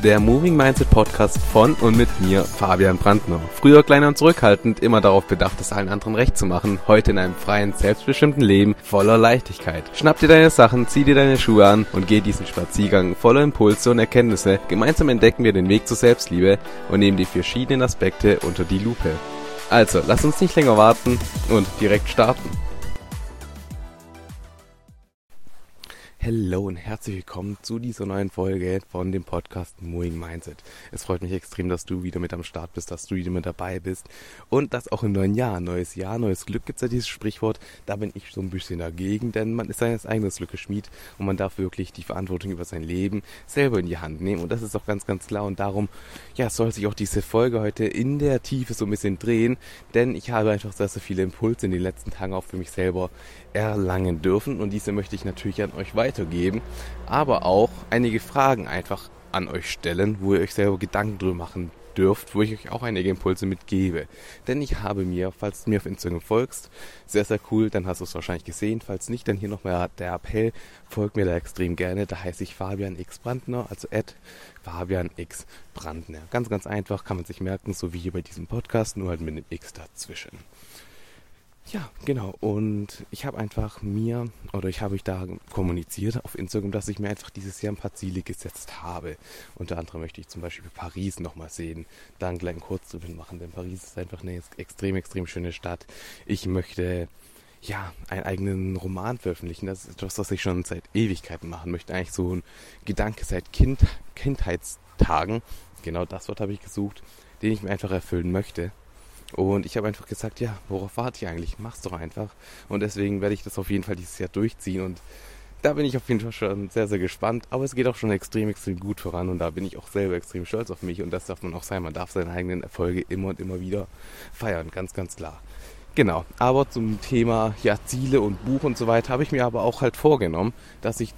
der Moving Mindset Podcast von und mit mir, Fabian Brandner. Früher kleiner und zurückhaltend, immer darauf bedacht, es allen anderen recht zu machen. Heute in einem freien, selbstbestimmten Leben voller Leichtigkeit. Schnapp dir deine Sachen, zieh dir deine Schuhe an und geh diesen Spaziergang voller Impulse und Erkenntnisse. Gemeinsam entdecken wir den Weg zur Selbstliebe und nehmen die verschiedenen Aspekte unter die Lupe. Also, lass uns nicht länger warten und direkt starten. Hallo und herzlich willkommen zu dieser neuen Folge von dem Podcast Moving Mindset. Es freut mich extrem, dass du wieder mit am Start bist, dass du wieder mit dabei bist und dass auch im neuen Jahr, neues Glück, gibt es ja dieses Sprichwort. Da bin ich so ein bisschen dagegen, denn man ist seines eigenen Glückes Schmied und man darf wirklich die Verantwortung über sein Leben selber in die Hand nehmen und das ist auch ganz, ganz klar und darum, soll sich auch diese Folge heute in der Tiefe so ein bisschen drehen, denn ich habe einfach sehr, sehr viele Impulse in den letzten Tagen auch für mich selber erlangen dürfen und diese möchte ich natürlich an euch weitergeben, aber auch einige Fragen einfach an euch stellen, wo ihr euch selber Gedanken drüber machen dürft, wo ich euch auch einige Impulse mitgebe. Denn ich habe mir, falls du mir auf Instagram folgst, sehr, sehr cool, dann hast du es wahrscheinlich gesehen. Falls nicht, dann hier nochmal der Appell, folgt mir da extrem gerne. Da heiße ich Fabian X Brandner, also @Fabian X Brandner. Ganz, ganz einfach, kann man sich merken, so wie hier bei diesem Podcast, nur halt mit einem X dazwischen. Ja, genau. Und ich habe da kommuniziert auf Instagram, dass ich mir einfach dieses Jahr ein paar Ziele gesetzt habe. Unter anderem möchte ich zum Beispiel Paris nochmal sehen, da einen kleinen Kurztrip machen, denn Paris ist einfach eine extrem, extrem schöne Stadt. Ich möchte einen eigenen Roman veröffentlichen. Das ist etwas, was ich schon seit Ewigkeiten machen möchte. Eigentlich so ein Gedanke seit Kindheitstagen. Genau das Wort habe ich gesucht, den ich mir einfach erfüllen möchte. Und ich habe einfach gesagt, worauf warte ich eigentlich? Mach's doch einfach. Und deswegen werde ich das auf jeden Fall dieses Jahr durchziehen. Und da bin ich auf jeden Fall schon sehr, sehr gespannt. Aber es geht auch schon extrem, extrem gut voran. Und da bin ich auch selber extrem stolz auf mich. Und das darf man auch sein. Man darf seine eigenen Erfolge immer und immer wieder feiern. Ganz, ganz klar. Genau. Aber zum Thema Ziele und Buch und so weiter habe ich mir aber auch halt vorgenommen, dass ich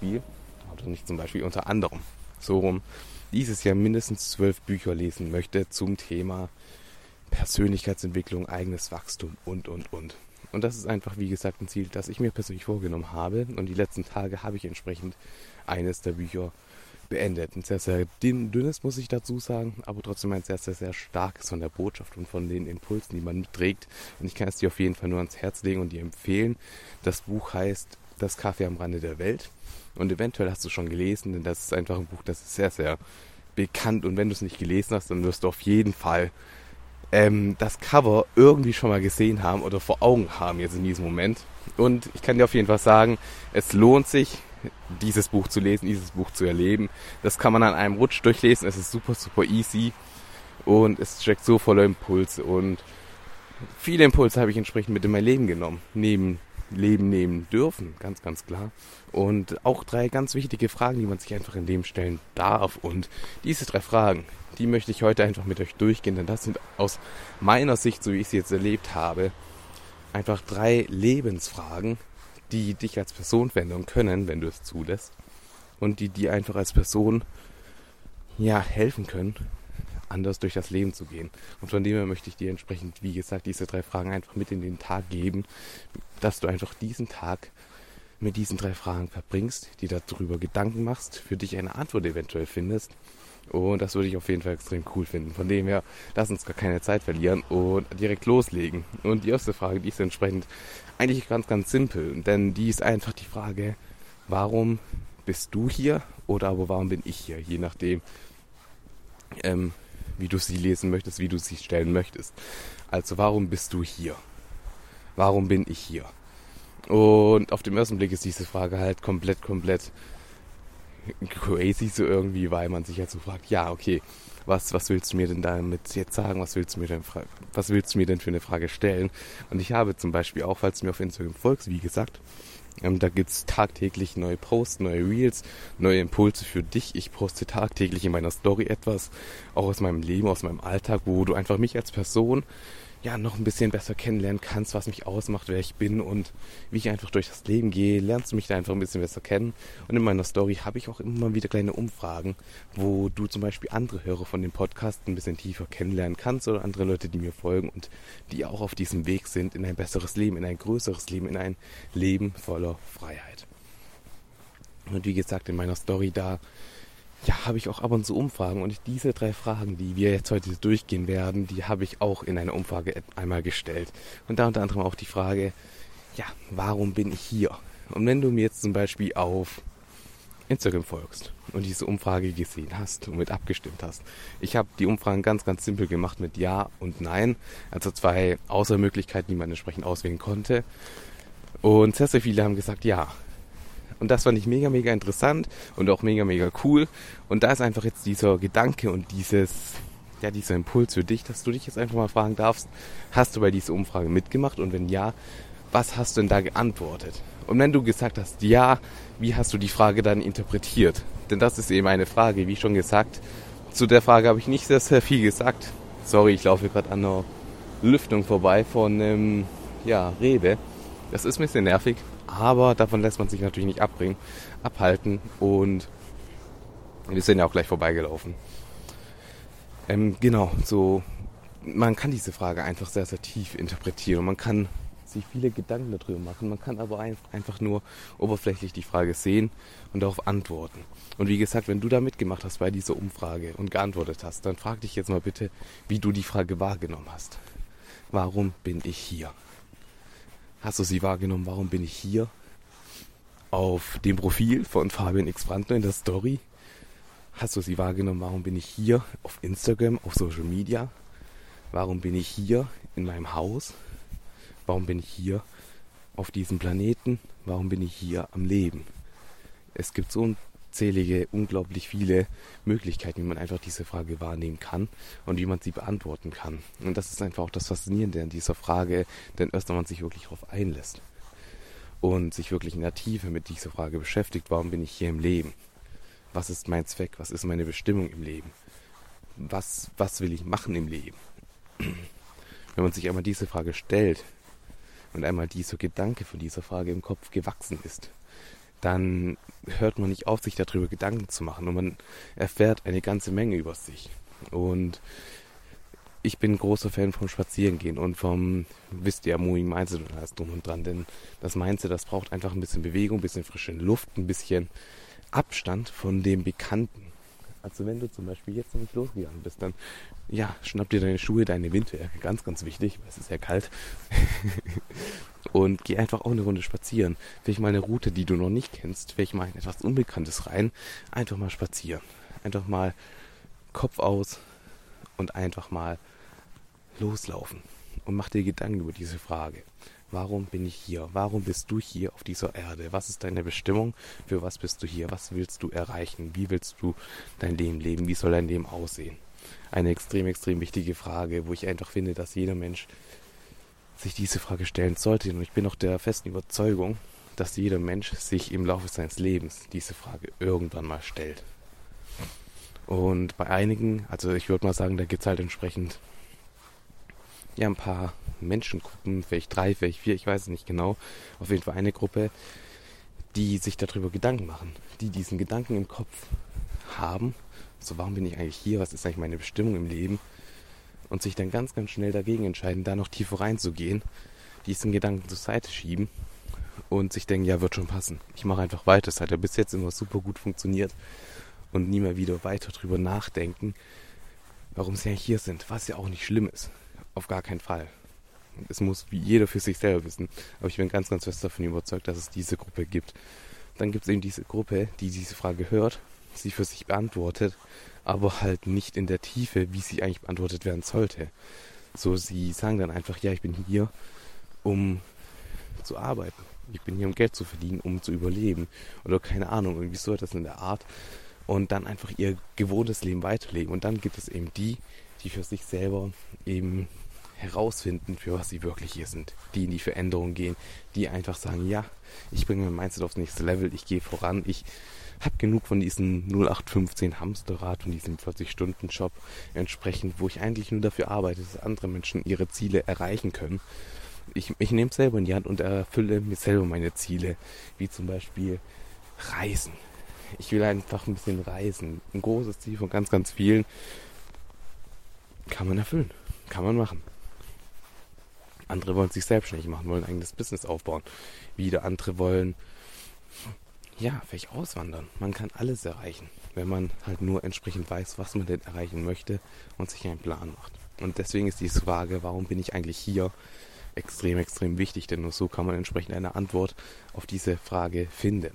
unter anderem dieses Jahr mindestens 12 Bücher lesen möchte zum Thema Persönlichkeitsentwicklung, eigenes Wachstum und. Und das ist einfach, wie gesagt, ein Ziel, das ich mir persönlich vorgenommen habe. Und die letzten Tage habe ich entsprechend eines der Bücher beendet. Ein sehr, sehr dünnes, muss ich dazu sagen, aber trotzdem ein sehr, sehr, sehr starkes von der Botschaft und von den Impulsen, die man mitträgt. Und ich kann es dir auf jeden Fall nur ans Herz legen und dir empfehlen. Das Buch heißt Das Café am Rande der Welt. Und eventuell hast du es schon gelesen, denn das ist einfach ein Buch, das ist sehr, sehr bekannt. Und wenn du es nicht gelesen hast, dann wirst du auf jeden Fall das Cover irgendwie schon mal gesehen haben oder vor Augen haben jetzt in diesem Moment. Und ich kann dir auf jeden Fall sagen, es lohnt sich, dieses Buch zu lesen, dieses Buch zu erleben. Das kann man an einem Rutsch durchlesen. Es ist super, super easy und es steckt so voller Impulse. Und viele Impulse habe ich entsprechend mit in mein Leben genommen. Leben nehmen dürfen, ganz, ganz klar. Und auch 3 ganz wichtige Fragen, die man sich einfach im Leben stellen darf. Und diese 3 Fragen, die möchte ich heute einfach mit euch durchgehen, denn das sind aus meiner Sicht, so wie ich sie jetzt erlebt habe, einfach 3 Lebensfragen, die dich als Person verändern können, wenn du es zulässt. Und die dir einfach als Person helfen können, anders durch das Leben zu gehen. Und von dem her möchte ich dir entsprechend, wie gesagt, diese 3 Fragen einfach mit in den Tag geben, dass du einfach diesen Tag mit diesen 3 Fragen verbringst, die darüber Gedanken machst, für dich eine Antwort eventuell findest. Und das würde ich auf jeden Fall extrem cool finden. Von dem her, lass uns gar keine Zeit verlieren und direkt loslegen. Und die erste Frage, die ist entsprechend eigentlich ganz, ganz simpel. Denn die ist einfach die Frage, warum bist du hier? Oder aber warum bin ich hier? Je nachdem, wie du sie lesen möchtest, wie du sie stellen möchtest. Also, warum bist du hier? Warum bin ich hier? Und auf den ersten Blick ist diese Frage halt komplett crazy so irgendwie, weil man sich halt so fragt, was willst du mir denn damit jetzt sagen? Was willst du mir denn für eine Frage stellen? Und ich habe zum Beispiel auch, falls du mir auf Instagram folgst, wie gesagt, da gibt's tagtäglich neue Posts, neue Reels, neue Impulse für dich. Ich poste tagtäglich in meiner Story etwas, auch aus meinem Leben, aus meinem Alltag, wo du einfach mich als Person noch ein bisschen besser kennenlernen kannst, was mich ausmacht, wer ich bin und wie ich einfach durch das Leben gehe, lernst du mich da einfach ein bisschen besser kennen. Und in meiner Story habe ich auch immer mal wieder kleine Umfragen, wo du zum Beispiel andere Hörer von dem Podcast ein bisschen tiefer kennenlernen kannst oder andere Leute, die mir folgen und die auch auf diesem Weg sind in ein besseres Leben, in ein größeres Leben, in ein Leben voller Freiheit. Und wie gesagt, in meiner Story da ja, habe ich auch ab und zu Umfragen. Und diese 3 Fragen, die wir jetzt heute durchgehen werden, die habe ich auch in einer Umfrage einmal gestellt. Und da unter anderem auch die Frage, ja, warum bin ich hier? Und wenn du mir jetzt zum Beispiel auf Instagram folgst und diese Umfrage gesehen hast und mit abgestimmt hast. Ich habe die Umfragen ganz, ganz simpel gemacht mit Ja und Nein. Also 2 Auswahlmöglichkeiten, die man entsprechend auswählen konnte. Und sehr, sehr viele haben gesagt Ja. Und das fand ich mega, mega interessant und auch mega, mega cool. Und da ist einfach jetzt dieser Gedanke und dieser Impuls für dich, dass du dich jetzt einfach mal fragen darfst, hast du bei dieser Umfrage mitgemacht? Und wenn ja, was hast du denn da geantwortet? Und wenn du gesagt hast, ja, wie hast du die Frage dann interpretiert? Denn das ist eben eine Frage, wie schon gesagt. Zu der Frage habe ich nicht sehr, sehr viel gesagt. Sorry, ich laufe gerade an einer Lüftung vorbei von Rewe. Das ist ein bisschen nervig, aber davon lässt man sich natürlich nicht abhalten. Und wir sind ja auch gleich vorbeigelaufen. Man kann diese Frage einfach sehr, sehr tief interpretieren und man kann sich viele Gedanken darüber machen. Man kann aber einfach nur oberflächlich die Frage sehen und darauf antworten. Und wie gesagt, wenn du da mitgemacht hast bei dieser Umfrage und geantwortet hast, dann frag dich jetzt mal bitte, wie du die Frage wahrgenommen hast. Warum bin ich hier? Hast du sie wahrgenommen, warum bin ich hier? Auf dem Profil von Fabian X. Brandner in der Story? Hast du sie wahrgenommen, warum bin ich hier? Auf Instagram, auf Social Media? Warum bin ich hier in meinem Haus? Warum bin ich hier auf diesem Planeten? Warum bin ich hier am Leben? Es gibt so unzählige, unglaublich viele Möglichkeiten, wie man einfach diese Frage wahrnehmen kann und wie man sie beantworten kann. Und das ist einfach auch das Faszinierende an dieser Frage, denn erst wenn man sich wirklich darauf einlässt und sich wirklich in der Tiefe mit dieser Frage beschäftigt, warum bin ich hier im Leben? Was ist mein Zweck? Was ist meine Bestimmung im Leben? Was will ich machen im Leben? Wenn man sich einmal diese Frage stellt und einmal dieser Gedanke von dieser Frage im Kopf gewachsen ist, dann hört man nicht auf, sich darüber Gedanken zu machen und man erfährt eine ganze Menge über sich. Und ich bin ein großer Fan vom Spazierengehen und vom, wisst ihr, Moving Mindset und alles drum und dran, denn das Mindset, das braucht einfach ein bisschen Bewegung, ein bisschen frische Luft, ein bisschen Abstand von dem Bekannten. Also wenn du zum Beispiel jetzt noch nicht losgegangen bist, dann schnapp dir deine Schuhe, deine Windjacke, ganz, ganz wichtig, weil es ist ja kalt. Und geh einfach auch eine Runde spazieren. Vielleicht mal eine Route, die du noch nicht kennst, vielleicht mal in etwas Unbekanntes rein. Einfach mal spazieren. Einfach mal Kopf aus und einfach mal loslaufen. Und mach dir Gedanken über diese Frage. Warum bin ich hier? Warum bist du hier auf dieser Erde? Was ist deine Bestimmung? Für was bist du hier? Was willst du erreichen? Wie willst du dein Leben leben? Wie soll dein Leben aussehen? Eine extrem, extrem wichtige Frage, wo ich einfach finde, dass jeder Mensch sich diese Frage stellen sollte. Und ich bin auch der festen Überzeugung, dass jeder Mensch sich im Laufe seines Lebens diese Frage irgendwann mal stellt. Und bei einigen, also ich würde mal sagen, da gibt es halt entsprechend ein paar Menschengruppen, vielleicht 3, vielleicht 4, ich weiß es nicht genau. Auf jeden Fall eine Gruppe, die sich darüber Gedanken machen, die diesen Gedanken im Kopf haben. So, warum bin ich eigentlich hier? Was ist eigentlich meine Bestimmung im Leben? Und sich dann ganz, ganz schnell dagegen entscheiden, da noch tiefer reinzugehen, diesen Gedanken zur Seite schieben und sich denken, ja, wird schon passen. Ich mache einfach weiter. Es hat ja bis jetzt immer super gut funktioniert und nie mehr wieder weiter drüber nachdenken, warum sie ja hier sind, was ja auch nicht schlimm ist. Auf gar keinen Fall. Es muss jeder für sich selber wissen. Aber ich bin ganz, ganz fest davon überzeugt, dass es diese Gruppe gibt. Dann gibt es eben diese Gruppe, die diese Frage hört, sie für sich beantwortet, aber halt nicht in der Tiefe, wie sie eigentlich beantwortet werden sollte. So, sie sagen dann einfach, ja, ich bin hier, um zu arbeiten. Ich bin hier, um Geld zu verdienen, um zu überleben. Oder keine Ahnung, irgendwie so etwas in der Art. Und dann einfach ihr gewohntes Leben weiterleben. Und dann gibt es eben die für sich selber eben herausfinden, für was sie wirklich hier sind, die in die Veränderung gehen, die einfach sagen, ja, ich bringe mein Mindset aufs nächste Level, ich gehe voran, ich habe genug von diesem 0815 Hamsterrad und diesem 40-Stunden-Job entsprechend, wo ich eigentlich nur dafür arbeite, dass andere Menschen ihre Ziele erreichen können. Ich nehme es selber in die Hand und erfülle mir selber meine Ziele, wie zum Beispiel Reisen. Ich will einfach ein bisschen reisen. Ein großes Ziel von ganz, ganz vielen kann man erfüllen, kann man machen. Andere wollen sich selbstständig machen, wollen ein eigenes Business aufbauen. Wieder andere wollen vielleicht auswandern. Man kann alles erreichen, wenn man halt nur entsprechend weiß, was man denn erreichen möchte und sich einen Plan macht. Und deswegen ist diese Frage, warum bin ich eigentlich hier, extrem, extrem wichtig, denn nur so kann man entsprechend eine Antwort auf diese Frage finden.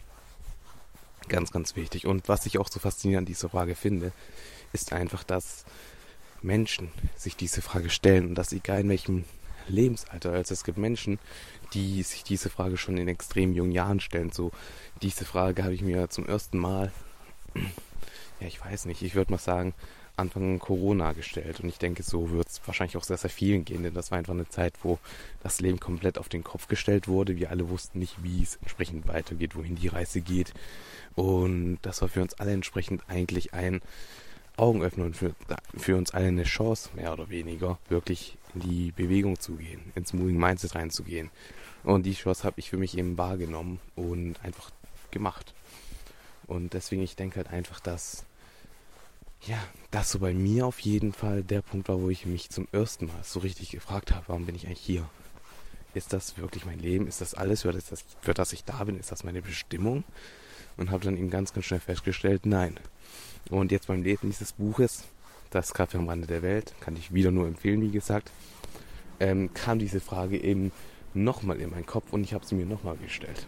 Ganz, ganz wichtig. Und was ich auch so faszinierend an dieser Frage finde, ist einfach, dass Menschen sich diese Frage stellen und das egal in welchem Lebensalter. Also es gibt Menschen, die sich diese Frage schon in extrem jungen Jahren stellen. So, diese Frage habe ich mir zum ersten Mal, ich weiß nicht, ich würde mal sagen, Anfang Corona gestellt. Und ich denke, so wird es wahrscheinlich auch sehr, sehr vielen gehen, denn das war einfach eine Zeit, wo das Leben komplett auf den Kopf gestellt wurde. Wir alle wussten nicht, wie es entsprechend weitergeht, wohin die Reise geht. Und das war für uns alle entsprechend eigentlich ein Augenöffner und für uns alle eine Chance, mehr oder weniger, wirklich in die Bewegung zu gehen, ins Moving Mindset reinzugehen. Und die Chance habe ich für mich eben wahrgenommen und einfach gemacht. Und deswegen, ich denke halt einfach, dass das so bei mir auf jeden Fall der Punkt war, wo ich mich zum ersten Mal so richtig gefragt habe, warum bin ich eigentlich hier? Ist das wirklich mein Leben? Ist das alles, für das ich da bin? Ist das meine Bestimmung? Und habe dann eben ganz, ganz schnell festgestellt, nein. Und jetzt beim Lesen dieses Buches, Das Kaffee am Rande der Welt, kann ich wieder nur empfehlen, wie gesagt, kam diese Frage eben nochmal in meinen Kopf und ich habe sie mir nochmal gestellt.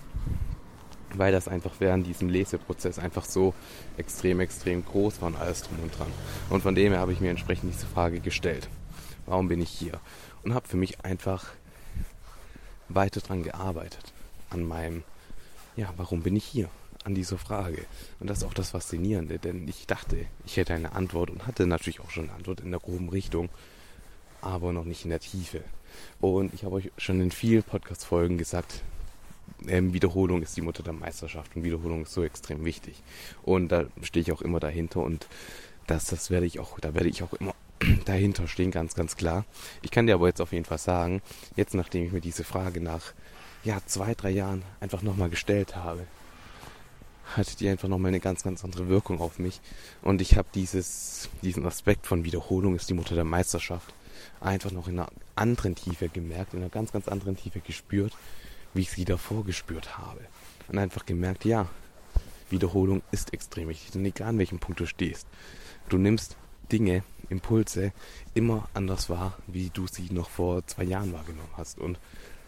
Weil das einfach während diesem Leseprozess einfach so extrem, extrem groß war und alles drum und dran. Und von dem her habe ich mir entsprechend diese Frage gestellt. Warum bin ich hier? Und habe für mich einfach weiter dran gearbeitet. An meinem, warum bin ich hier? An dieser Frage. Und das ist auch das Faszinierende, denn ich dachte, ich hätte eine Antwort und hatte natürlich auch schon eine Antwort in der groben Richtung, aber noch nicht in der Tiefe. Und ich habe euch schon in vielen Podcast-Folgen gesagt, Wiederholung ist die Mutter der Meisterschaft und Wiederholung ist so extrem wichtig. Und da stehe ich auch immer dahinter und da werde ich auch immer dahinter stehen, ganz, ganz klar. Ich kann dir aber jetzt auf jeden Fall sagen, jetzt nachdem ich mir diese Frage nach 2-3 Jahren einfach nochmal gestellt habe, hatte die einfach nochmal eine ganz, ganz andere Wirkung auf mich. Und ich habe diesen Aspekt von Wiederholung ist die Mutter der Meisterschaft einfach noch in einer anderen Tiefe gemerkt, in einer ganz, ganz anderen Tiefe gespürt, wie ich sie davor gespürt habe. Und einfach gemerkt, Wiederholung ist extrem wichtig. Denn egal an welchem Punkt du stehst, du nimmst Dinge, Impulse immer anders wahr, wie du sie noch vor 2 Jahren wahrgenommen hast. Und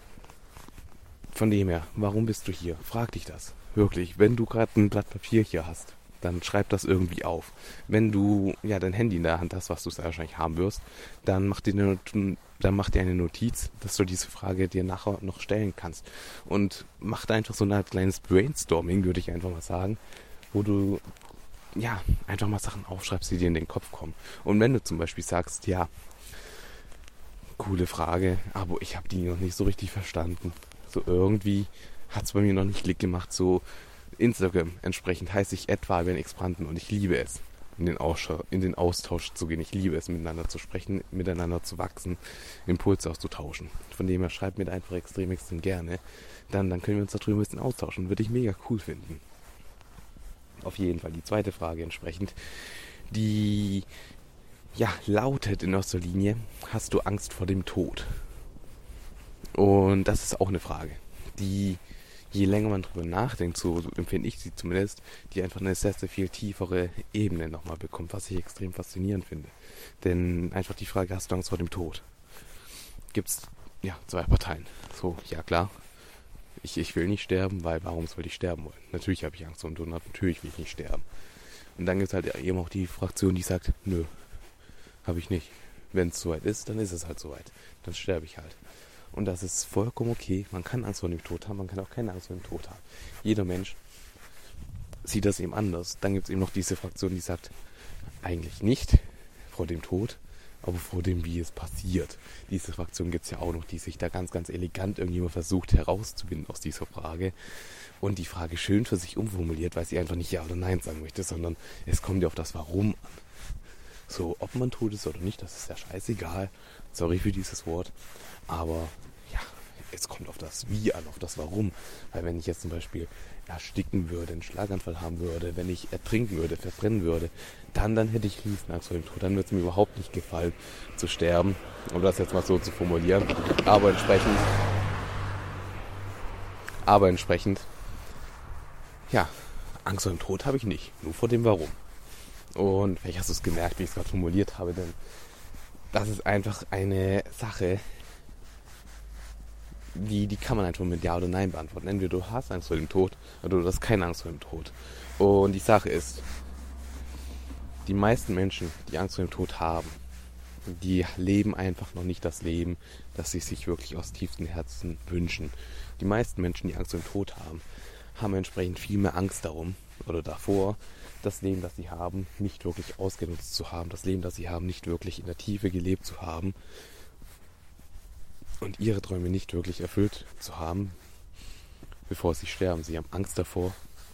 von dem her, warum bist du hier? Frag dich das. Wirklich, wenn du gerade ein Blatt Papier hier hast, dann schreib das irgendwie auf. Wenn du dein Handy in der Hand hast, was du sehr wahrscheinlich haben wirst, dann mach dir eine Notiz, dass du diese Frage dir nachher noch stellen kannst. Und mach da einfach so ein kleines Brainstorming, würde ich einfach mal sagen, wo du einfach mal Sachen aufschreibst, die dir in den Kopf kommen. Und wenn du zum Beispiel sagst, coole Frage, aber ich habe die noch nicht so richtig verstanden. So irgendwie hat es bei mir noch nicht Klick gemacht, so Instagram entsprechend heiße ich @fabian_x_branden und ich liebe es, in den Austausch zu gehen. Ich liebe es, miteinander zu sprechen, miteinander zu wachsen, Impulse auszutauschen. Von dem her schreibt mir da einfach extrem, extrem gerne. Dann können wir uns darüber ein bisschen austauschen. Würde ich mega cool finden. Auf jeden Fall die zweite Frage entsprechend, die lautet in erster Linie, hast du Angst vor dem Tod? Und das ist auch eine Frage, die, je länger man drüber nachdenkt, so empfinde ich sie zumindest, die einfach eine sehr, sehr viel tiefere Ebene nochmal bekommt, was ich extrem faszinierend finde. Denn einfach die Frage, hast du Angst vor dem Tod? Gibt's 2 Parteien. So, klar, ich will nicht sterben, weil warum soll ich sterben wollen? Natürlich habe ich Angst vor dem Tod, natürlich will ich nicht sterben. Und dann gibt es halt eben auch die Fraktion, die sagt, nö, habe ich nicht. Wenn es soweit ist, dann ist es halt soweit. Dann sterbe ich halt. Und das ist vollkommen okay. Man kann Angst vor dem Tod haben, man kann auch keine Angst vor dem Tod haben. Jeder Mensch sieht das eben anders. Dann gibt es eben noch diese Fraktion, die sagt, eigentlich nicht vor dem Tod, aber vor dem, wie es passiert. Diese Fraktion gibt es ja auch noch, die sich da ganz, ganz elegant irgendjemand versucht herauszubinden aus dieser Frage und die Frage schön für sich umformuliert, weil sie einfach nicht Ja oder Nein sagen möchte, sondern es kommt ja auf das Warum an. So, ob man tot ist oder nicht, das ist ja scheißegal. Sorry für dieses Wort. Aber es kommt auf das Wie an, auf das Warum. Weil wenn ich jetzt zum Beispiel ersticken würde, einen Schlaganfall haben würde, wenn ich ertrinken würde, verbrennen würde, dann hätte ich Riesenangst vor dem Tod. Dann würde es mir überhaupt nicht gefallen, zu sterben. Um das jetzt mal so zu formulieren. Aber entsprechend Ja, Angst vor dem Tod habe ich nicht, nur vor dem Warum. Und vielleicht hast du es gemerkt, wie ich es gerade formuliert habe, denn das ist einfach eine Sache, die kann man einfach mit Ja oder Nein beantworten. Entweder du hast Angst vor dem Tod oder du hast keine Angst vor dem Tod. Und die Sache ist, die meisten Menschen, die Angst vor dem Tod haben, die leben einfach noch nicht das Leben, das sie sich wirklich aus tiefstem Herzen wünschen. Die meisten Menschen, die Angst vor dem Tod haben, haben entsprechend viel mehr Angst darum oder davor, das Leben, das sie haben, nicht wirklich ausgenutzt zu haben, das Leben, das sie haben, nicht wirklich in der Tiefe gelebt zu haben und ihre Träume nicht wirklich erfüllt zu haben, bevor sie sterben. Sie haben Angst davor,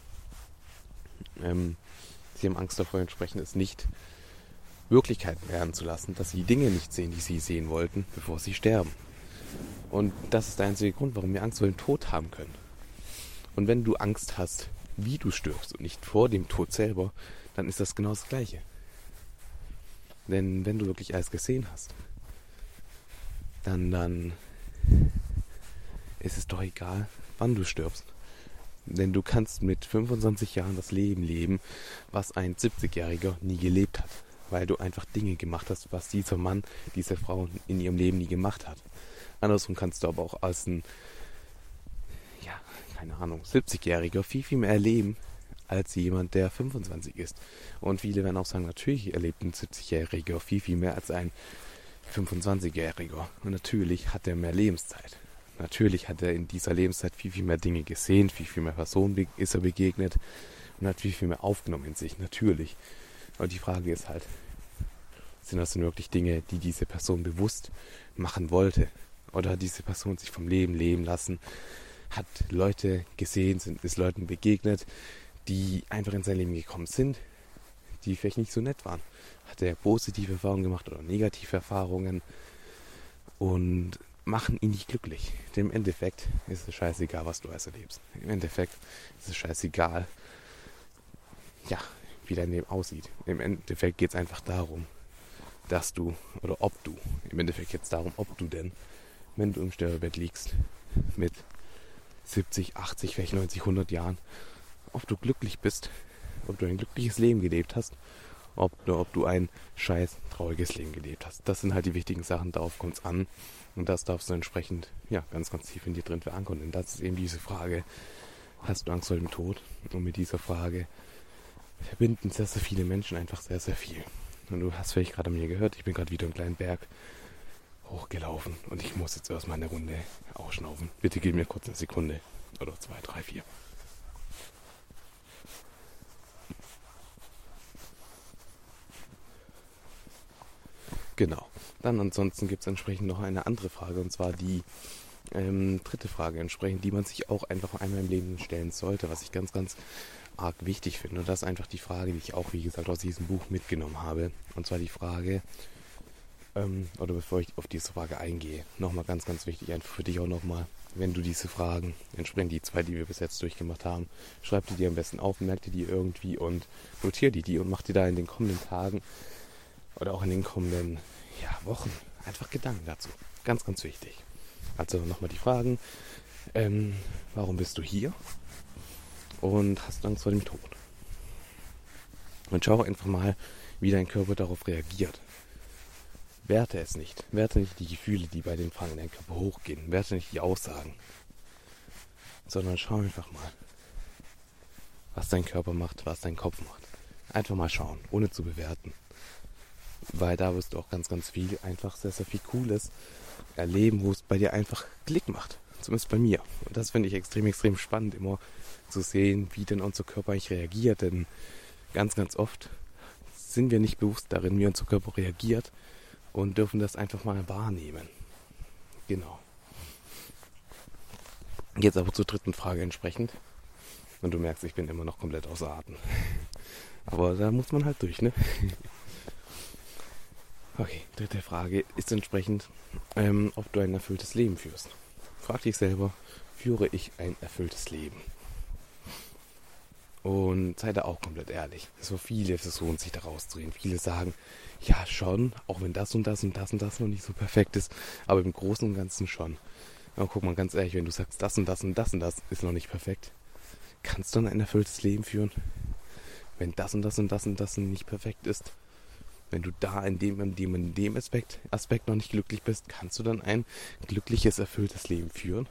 entsprechend es nicht Wirklichkeit werden zu lassen, dass sie Dinge nicht sehen, die sie sehen wollten, bevor sie sterben. Und das ist der einzige Grund, warum wir Angst vor dem Tod haben können. Und wenn du Angst hast, wie du stirbst und nicht vor dem Tod selber, dann ist das genau das Gleiche. Denn wenn du wirklich alles gesehen hast, dann ist es doch egal, wann du stirbst. Denn du kannst mit 25 Jahren das Leben leben, was ein 70-Jähriger nie gelebt hat. Weil du einfach Dinge gemacht hast, was dieser Mann, diese Frau in ihrem Leben nie gemacht hat. Andersrum kannst du aber auch als ein, 70-Jähriger viel, viel mehr erleben, als jemand, der 25 ist. Und viele werden auch sagen, natürlich erlebt ein 70-Jähriger viel, viel mehr als ein 25-Jähriger. Und natürlich hat er mehr Lebenszeit. Natürlich hat er in dieser Lebenszeit viel, viel mehr Dinge gesehen, viel, viel mehr Personen ist er begegnet und hat viel, viel mehr aufgenommen in sich. Natürlich. Aber die Frage ist halt, sind das denn wirklich Dinge, die diese Person bewusst machen wollte? Oder hat diese Person sich vom Leben leben lassen, hat Leute gesehen, ist Leuten begegnet, die einfach in sein Leben gekommen sind, die vielleicht nicht so nett waren? Hat er positive Erfahrungen gemacht oder negative Erfahrungen und machen ihn nicht glücklich? Denn im Endeffekt ist es scheißegal, was du alles erlebst. Im Endeffekt ist es scheißegal, wie dein Leben aussieht. Im Endeffekt geht es einfach darum, ob du denn, wenn du im Sterbebett liegst, mit 70, 80, vielleicht 90, 100 Jahren, ob du glücklich bist, ob du ein glückliches Leben gelebt hast, ob du ein scheiß trauriges Leben gelebt hast. Das sind halt die wichtigen Sachen, darauf kommt es an. Und das darfst du entsprechend, ganz, ganz tief in dir drin verankern. Denn das ist eben diese Frage, hast du Angst vor dem Tod? Und mit dieser Frage verbinden sehr, sehr viele Menschen einfach sehr, sehr viel. Und du hast vielleicht gerade mir gehört, ich bin gerade wieder einen kleinen Berg hochgelaufen und ich muss jetzt erstmal eine Runde ausschnaufen. Bitte gib mir kurz eine Sekunde oder 2, 3, 4. Genau. Dann ansonsten gibt es entsprechend noch eine andere Frage, und zwar die dritte Frage entsprechend, die man sich auch einfach einmal im Leben stellen sollte, was ich ganz, ganz arg wichtig finde. Und das ist einfach die Frage, die ich auch, wie gesagt, aus diesem Buch mitgenommen habe. Und zwar die Frage, oder bevor ich auf diese Frage eingehe, nochmal ganz, ganz wichtig, einfach für dich auch nochmal, wenn du diese Fragen, entsprechend die 2, die wir bis jetzt durchgemacht haben, schreib die dir am besten auf, merk dir die irgendwie und notier die und mach dir da in den kommenden Tagen oder auch in den kommenden Wochen einfach Gedanken dazu. Ganz, ganz wichtig. Also nochmal die Fragen, warum bist du hier und hast du Angst vor dem Tod? Und schau einfach mal, wie dein Körper darauf reagiert. Werte es nicht. Werte nicht die Gefühle, die bei den Fragen in deinem Körper hochgehen. Werte nicht die Aussagen. Sondern schau einfach mal, was dein Körper macht, was dein Kopf macht. Einfach mal schauen, ohne zu bewerten. Weil da wirst du auch ganz, ganz viel, einfach sehr, sehr viel Cooles erleben, wo es bei dir einfach Klick macht. Zumindest bei mir. Und das finde ich extrem, extrem spannend, immer zu sehen, wie denn unser Körper eigentlich reagiert. Denn ganz, ganz oft sind wir nicht bewusst darin, wie unser Körper reagiert und dürfen das einfach mal wahrnehmen. Genau. Jetzt aber zur dritten Frage entsprechend. Und du merkst, ich bin immer noch komplett außer Atem. Aber da muss man halt durch, ne? Okay, dritte Frage ist entsprechend, ob du ein erfülltes Leben führst. Frag dich selber, führe ich ein erfülltes Leben? Und sei da auch komplett ehrlich. So viele versuchen sich da rauszureden. Viele sagen, ja schon, auch wenn das und das und das und das noch nicht so perfekt ist, aber im Großen und Ganzen schon. Aber guck mal, ganz ehrlich, wenn du sagst, das und das und das und das ist noch nicht perfekt, kannst du dann ein erfülltes Leben führen? Wenn das und das und das und das nicht perfekt ist, wenn du da in dem Aspekt noch nicht glücklich bist, kannst du dann ein glückliches, erfülltes Leben führen?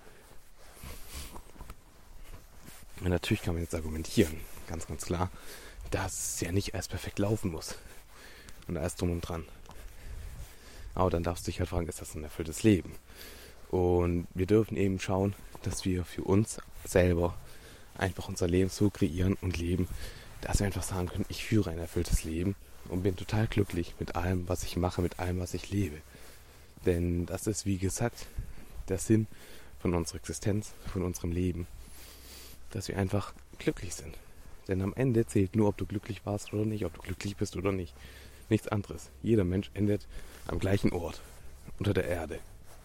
Und natürlich kann man jetzt argumentieren, ganz, ganz klar, dass es ja nicht erst perfekt laufen muss. Und alles drum und dran. Aber dann darfst du dich halt fragen, ist das ein erfülltes Leben? Und wir dürfen eben schauen, dass wir für uns selber einfach unser Leben so kreieren und leben, dass wir einfach sagen können, ich führe ein erfülltes Leben und bin total glücklich mit allem, was ich mache, mit allem, was ich lebe. Denn das ist, wie gesagt, der Sinn von unserer Existenz, von unserem Leben, dass wir einfach glücklich sind. Denn am Ende zählt nur, ob du glücklich warst oder nicht, ob du glücklich bist oder nicht. Nichts anderes. Jeder Mensch endet am gleichen Ort, unter der Erde.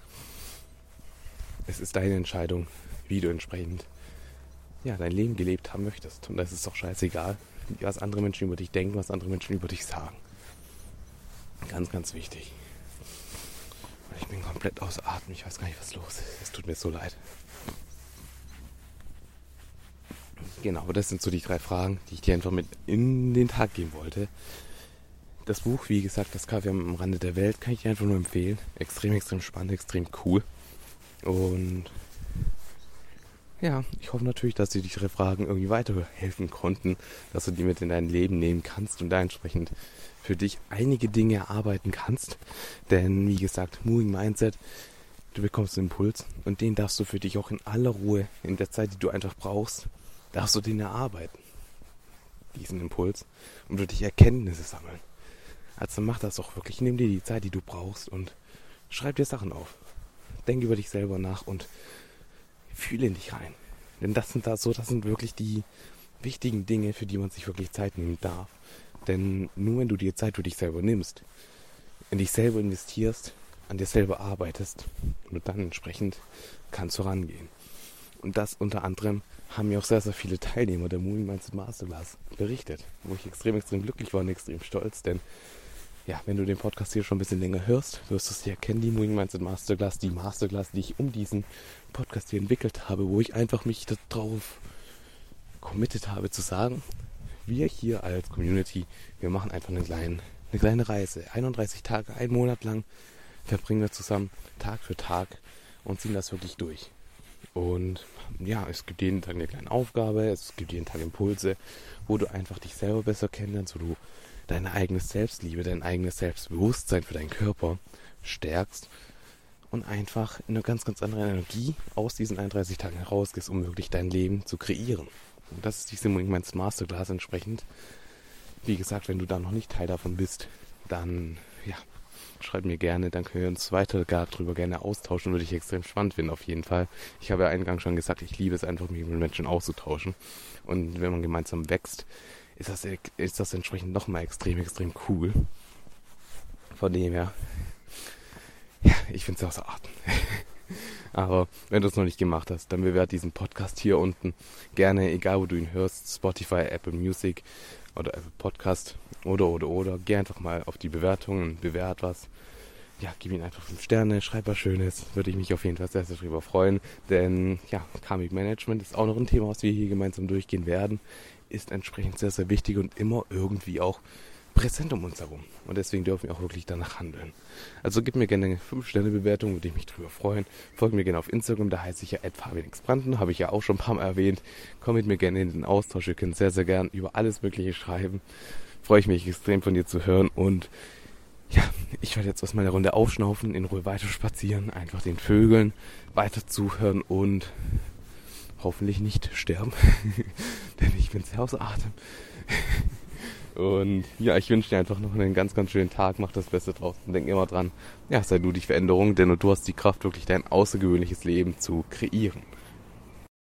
Es ist deine Entscheidung, wie du entsprechend dein Leben gelebt haben möchtest. Und das ist doch scheißegal, was andere Menschen über dich denken, was andere Menschen über dich sagen. Ganz, ganz wichtig. Ich bin komplett außer Atem. Ich weiß gar nicht, was los ist. Es tut mir so leid. Genau, aber das sind so die 3 Fragen, die ich dir einfach mit in den Tag geben wollte. Das Buch, wie gesagt, das Kaffee am Rande der Welt, kann ich dir einfach nur empfehlen. Extrem, extrem spannend, extrem cool. Und ja, ich hoffe natürlich, dass dir die 3 Fragen irgendwie weiterhelfen konnten, dass du die mit in dein Leben nehmen kannst und da entsprechend für dich einige Dinge erarbeiten kannst. Denn, wie gesagt, Moving Mindset, du bekommst einen Impuls und den darfst du für dich auch in aller Ruhe, in der Zeit, die du einfach brauchst, darfst du den erarbeiten. Diesen Impuls, um für dich Erkenntnisse sammeln. Also mach das auch wirklich. Nimm dir die Zeit, die du brauchst und schreib dir Sachen auf. Denk über dich selber nach und fühle in dich rein. Denn das sind wirklich die wichtigen Dinge, für die man sich wirklich Zeit nehmen darf. Denn nur wenn du dir Zeit für dich selber nimmst, in dich selber investierst, an dir selber arbeitest, und dann entsprechend kannst du rangehen. Und das unter anderem haben mir auch sehr, sehr viele Teilnehmer der Moving Mindset Masterclass berichtet, wo ich extrem, extrem glücklich war und extrem stolz, denn ja, wenn du den Podcast hier schon ein bisschen länger hörst, wirst du es ja kennen, die Moving Mindset Masterclass, die Masterclass, die ich um diesen Podcast hier entwickelt habe, wo ich einfach mich darauf committed habe zu sagen, wir hier als Community, wir machen einfach eine kleine Reise. 31 Tage, 1 Monat lang verbringen wir zusammen, Tag für Tag und ziehen das wirklich durch. Und ja, es gibt jeden Tag eine kleine Aufgabe, es gibt jeden Tag Impulse, wo du einfach dich selber besser kennenlernst, wo du deine eigene Selbstliebe, dein eigenes Selbstbewusstsein für deinen Körper stärkst und einfach in eine ganz, ganz andere Energie aus diesen 31 Tagen herausgehst, um wirklich dein Leben zu kreieren. Und das ist die Moving Mindset Masterclass entsprechend. Wie gesagt, wenn du da noch nicht Teil davon bist, dann schreib mir gerne, dann können wir uns weiter darüber gerne austauschen, würde ich extrem spannend finden auf jeden Fall. Ich habe ja eingangs schon gesagt, ich liebe es einfach, mich mit Menschen auszutauschen. Und wenn man gemeinsam wächst, ist das entsprechend nochmal extrem, extrem cool. Von dem her, ich finde es außer Atem. Aber wenn du es noch nicht gemacht hast, dann bewerte diesen Podcast hier unten gerne, egal wo du ihn hörst, Spotify, Apple Music oder Apple Podcast oder. Geh einfach mal auf die Bewertungen, bewert was. Ja, gib ihm einfach 5 Sterne, schreib was Schönes, würde ich mich auf jeden Fall sehr, sehr drüber freuen. Denn Karmic Management ist auch noch ein Thema, was wir hier gemeinsam durchgehen werden, ist entsprechend sehr, sehr wichtig und immer irgendwie auch präsent um uns herum. Und deswegen dürfen wir auch wirklich danach handeln. Also gib mir gerne eine 5-Sterne-Bewertung, würde ich mich drüber freuen. Folge mir gerne auf Instagram, da heiße ich ja @fabianxbranden, habe ich ja auch schon ein paar Mal erwähnt. Komm mit mir gerne in den Austausch, ihr könnt sehr, sehr gern über alles Mögliche schreiben. Freue ich mich extrem von dir zu hören und ich werde jetzt aus meiner Runde aufschnaufen, in Ruhe weiter spazieren, einfach den Vögeln weiter zuhören und hoffentlich nicht sterben, denn ich bin sehr außer Atem. Und ich wünsche dir einfach noch einen ganz, ganz schönen Tag, mach das Beste draus und denk immer dran, sei du die Veränderung, denn du hast die Kraft, wirklich dein außergewöhnliches Leben zu kreieren.